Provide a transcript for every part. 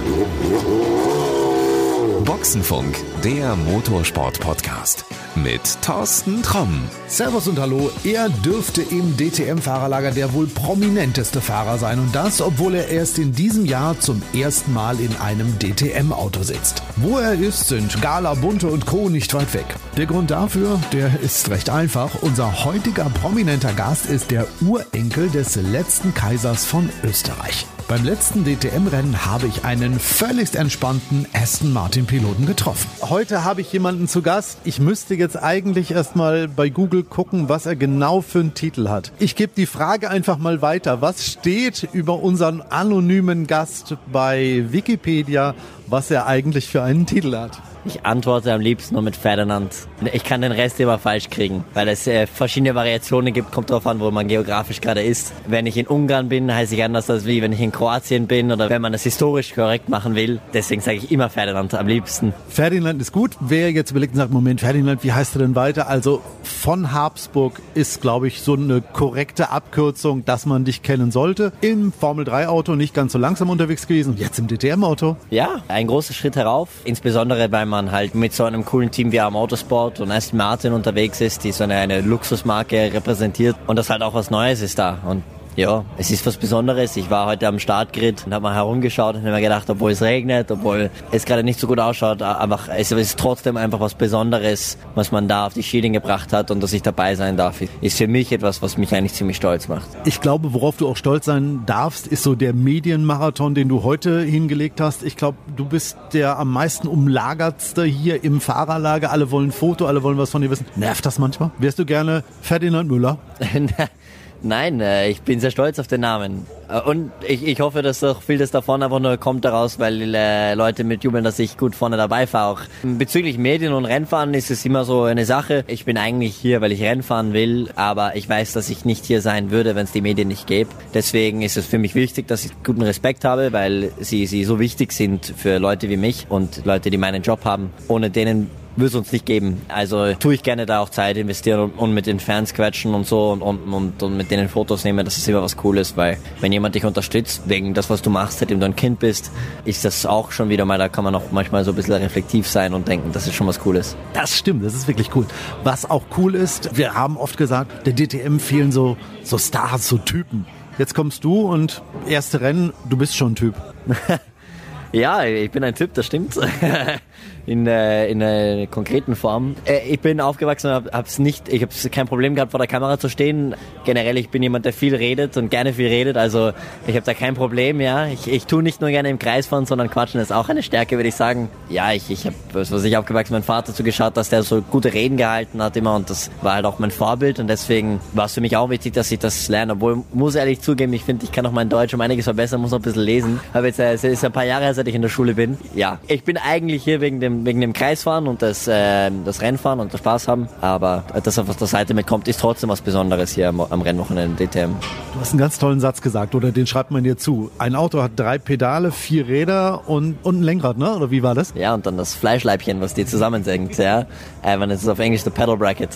Boxenfunk, der Motorsport-Podcast mit Thorsten Tromm. Servus und hallo. Er dürfte im DTM-Fahrerlager der wohl prominenteste Fahrer sein. Und das, obwohl er erst in diesem Jahr zum ersten Mal in einem DTM-Auto sitzt. Wo er ist, sind Gala, Bunte und Co. nicht weit weg. Der Grund dafür, der ist recht einfach. Unser heutiger prominenter Gast ist der Urenkel des letzten Kaisers von Österreich. Beim letzten DTM-Rennen habe ich einen völlig entspannten Aston Martin-Piloten getroffen. Heute habe ich jemanden zu Gast. Ich müsste jetzt eigentlich erstmal bei Google gucken, was er genau für einen Titel hat. Ich gebe die Frage einfach mal weiter. Was steht über unseren anonymen Gast bei Wikipedia, was er eigentlich für einen Titel hat? Ich antworte am liebsten nur mit Ferdinand. Ich kann den Rest immer falsch kriegen, weil es verschiedene Variationen gibt, kommt darauf an, wo man geografisch gerade ist. Wenn ich in Ungarn bin, heiße ich anders als wie wenn ich in Kroatien bin oder wenn man es historisch korrekt machen will. Deswegen sage ich immer Ferdinand am liebsten. Ferdinand ist gut. Wer jetzt überlegt und sagt, Moment, Ferdinand, wie heißt du denn weiter? Also von Habsburg ist, glaube ich, so eine korrekte Abkürzung, dass man dich kennen sollte. Im Formel-3-Auto nicht ganz so langsam unterwegs gewesen, jetzt im DTM-Auto. Ja, ein großer Schritt herauf, insbesondere beim man halt mit so einem coolen Team wie AM Motorsport und Aston Martin unterwegs ist, die so eine Luxusmarke repräsentiert und das halt auch was Neues ist da. Und ja, es ist was Besonderes. Ich war heute am Startgrid und habe mal herumgeschaut und habe mir gedacht, obwohl es regnet, obwohl es gerade nicht so gut ausschaut, aber es ist trotzdem einfach was Besonderes, was man da auf die Schienen gebracht hat und dass ich dabei sein darf, ist für mich etwas, was mich eigentlich ziemlich stolz macht. Ich glaube, worauf du auch stolz sein darfst, ist so der Medienmarathon, den du heute hingelegt hast. Ich glaube, du bist der am meisten umlagertste hier im Fahrerlager. Alle wollen ein Foto, alle wollen was von dir wissen. Nervt das manchmal? Wärst du gerne Ferdinand Müller? Nein, ich bin sehr stolz auf den Namen. Und ich hoffe, dass auch vieles davon einfach nur kommt daraus, weil Leute mitjubeln, dass ich gut vorne dabei fahre. Auch bezüglich Medien und Rennfahren ist es immer so eine Sache. Ich bin eigentlich hier, weil ich Rennfahren will, aber ich weiß, dass ich nicht hier sein würde, wenn es die Medien nicht gäbe. Deswegen ist es für mich wichtig, dass ich guten Respekt habe, weil sie so wichtig sind für Leute wie mich und Leute, die meinen Job haben. Ohne denen würde es uns nicht geben. Also tue ich gerne da auch Zeit investieren und mit den Fans quatschen und so und mit denen Fotos nehmen. Das ist immer was Cooles, weil wenn jemand dich unterstützt, wegen das, was du machst, seitdem du ein Kind bist, ist das auch schon wieder mal, da kann man auch manchmal so ein bisschen reflektiv sein und denken, das ist schon was Cooles. Das stimmt, das ist wirklich cool. Was auch cool ist, wir haben oft gesagt, der DTM fehlen so Stars, so Typen. Jetzt kommst du und erste Rennen, du bist schon ein Typ. Ja, ich bin ein Typ, das stimmt. In einer konkreten Form. Ich bin aufgewachsen und ich habe kein Problem gehabt, vor der Kamera zu stehen. Generell, ich bin jemand, der viel redet und gerne viel redet, also ich habe da kein Problem, ja. Ich tue nicht nur gerne im Kreis fahren, sondern quatschen ist auch eine Stärke, würde ich sagen. Ja, ich habe, was ich aufgewachsen, mein Vater zugeschaut, dass der so gute Reden gehalten hat immer und das war halt auch mein Vorbild und deswegen war es für mich auch wichtig, dass ich das lerne, obwohl, muss ehrlich zugeben, ich finde, ich kann auch mein Deutsch um einiges verbessern, muss noch ein bisschen lesen. Aber jetzt es ist ein paar Jahre her, seit ich in der Schule bin. Ja, ich bin eigentlich hier wegen dem Kreisfahren und das Rennfahren und das Spaß haben, aber das, was der Seite mitkommt, ist trotzdem was Besonderes hier am Rennwochenende DTM. Du hast einen ganz tollen Satz gesagt, oder den schreibt man dir zu. Ein Auto hat 3 Pedale, 4 Räder und ein Lenkrad, ne? Oder wie war das? Ja, und dann das Fleischleibchen, was die zusammensenkt, ja. Das ist auf Englisch the pedal bracket.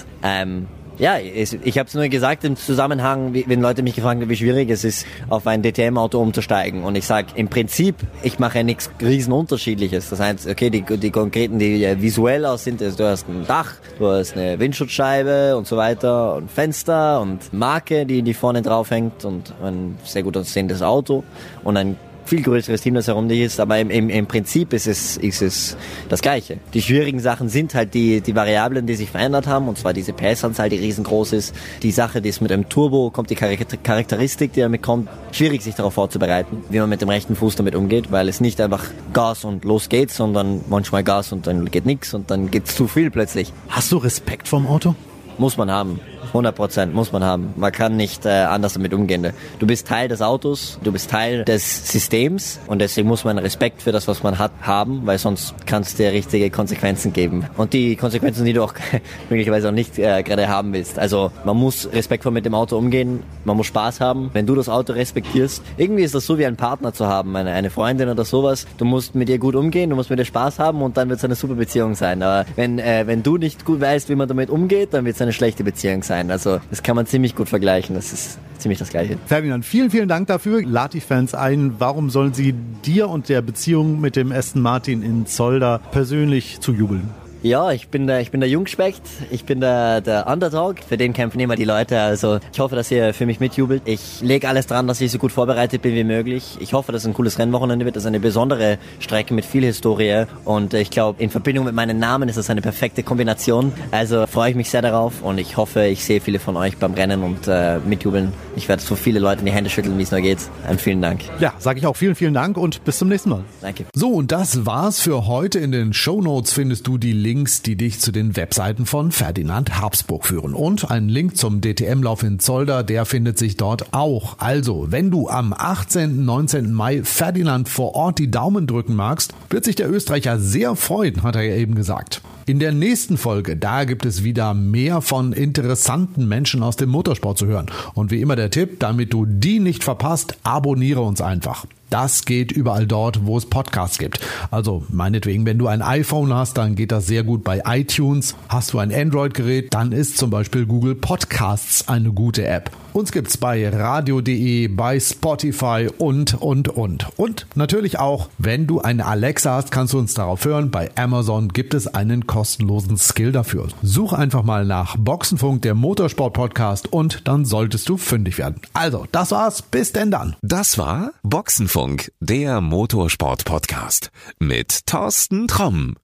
Ja, ich habe es nur gesagt im Zusammenhang, wenn Leute mich gefragt haben, wie schwierig es ist, auf ein DTM-Auto umzusteigen. Und ich sage, im Prinzip, ich mache ja nichts Riesenunterschiedliches. Das heißt, okay, die konkreten, die visuell aus sind, also du hast ein Dach, du hast eine Windschutzscheibe und so weiter und Fenster und Marke, die vorne drauf hängt und ein sehr gut aussehendes Auto und ein viel größeres Team, das herum dich ist, aber im Prinzip ist es das Gleiche. Die schwierigen Sachen sind halt die Variablen, die sich verändert haben, und zwar diese PS-Anzahl, die riesengroß ist, die Sache, die ist mit einem Turbo, kommt die Charakteristik, die damit kommt, schwierig sich darauf vorzubereiten, wie man mit dem rechten Fuß damit umgeht, weil es nicht einfach Gas und los geht's, sondern manchmal Gas und dann geht nichts und dann geht's zu viel plötzlich. Hast du Respekt vorm Auto? Muss man haben. 100% muss man haben. Man kann nicht anders damit umgehen. Du bist Teil des Autos, du bist Teil des Systems und deswegen muss man Respekt für das, was man hat, haben, weil sonst kann es dir richtige Konsequenzen geben. Und die Konsequenzen, die du auch möglicherweise auch nicht gerade haben willst. Also man muss respektvoll mit dem Auto umgehen, man muss Spaß haben. Wenn du das Auto respektierst, irgendwie ist das so wie ein Partner zu haben, eine Freundin oder sowas. Du musst mit ihr gut umgehen, du musst mit ihr Spaß haben und dann wird es eine super Beziehung sein. Aber wenn du nicht gut weißt, wie man damit umgeht, dann wird es eine schlechte Beziehung sein. sein. Also das kann man ziemlich gut vergleichen. Das ist ziemlich das Gleiche. Ferdinand, vielen, vielen Dank dafür. Lad die Fans ein. Warum sollen sie dir und der Beziehung mit dem Aston Martin in Zolder persönlich zujubeln? Ja, ich bin der Jungspecht, ich bin der Underdog, für den kämpfen immer die Leute, also ich hoffe, dass ihr für mich mitjubelt. Ich lege alles dran, dass ich so gut vorbereitet bin wie möglich. Ich hoffe, dass es ein cooles Rennwochenende wird, das ist eine besondere Strecke mit viel Historie und ich glaube, in Verbindung mit meinem Namen ist das eine perfekte Kombination. Also freue ich mich sehr darauf und ich hoffe, ich sehe viele von euch beim Rennen und mitjubeln. Ich werde so viele Leuten die Hände schütteln, wie es nur geht. Vielen Dank. Ja, sage ich auch vielen, vielen Dank und bis zum nächsten Mal. Danke. So, und das war's für heute. In den Shownotes findest du die Links, die dich zu den Webseiten von Ferdinand Habsburg führen. Und ein Link zum DTM-Lauf in Zolder, der findet sich dort auch. Also, wenn du am 18. 19. Mai Ferdinand vor Ort die Daumen drücken magst, wird sich der Österreicher sehr freuen, hat er ja eben gesagt. In der nächsten Folge, da gibt es wieder mehr von interessanten Menschen aus dem Motorsport zu hören. Und wie immer der Tipp, damit du die nicht verpasst, abonniere uns einfach. Das geht überall dort, wo es Podcasts gibt. Also meinetwegen, wenn du ein iPhone hast, dann geht das sehr gut bei iTunes. Hast du ein Android-Gerät, dann ist zum Beispiel Google Podcasts eine gute App. Uns gibt's bei radio.de, bei Spotify und. Und natürlich auch, wenn du eine Alexa hast, kannst du uns darauf hören. Bei Amazon gibt es einen kostenlosen Skill dafür. Such einfach mal nach Boxenfunk, der Motorsport-Podcast und dann solltest du fündig werden. Also, das war's. Bis denn dann. Das war Boxenfunk, der Motorsport-Podcast mit Thorsten Tromm.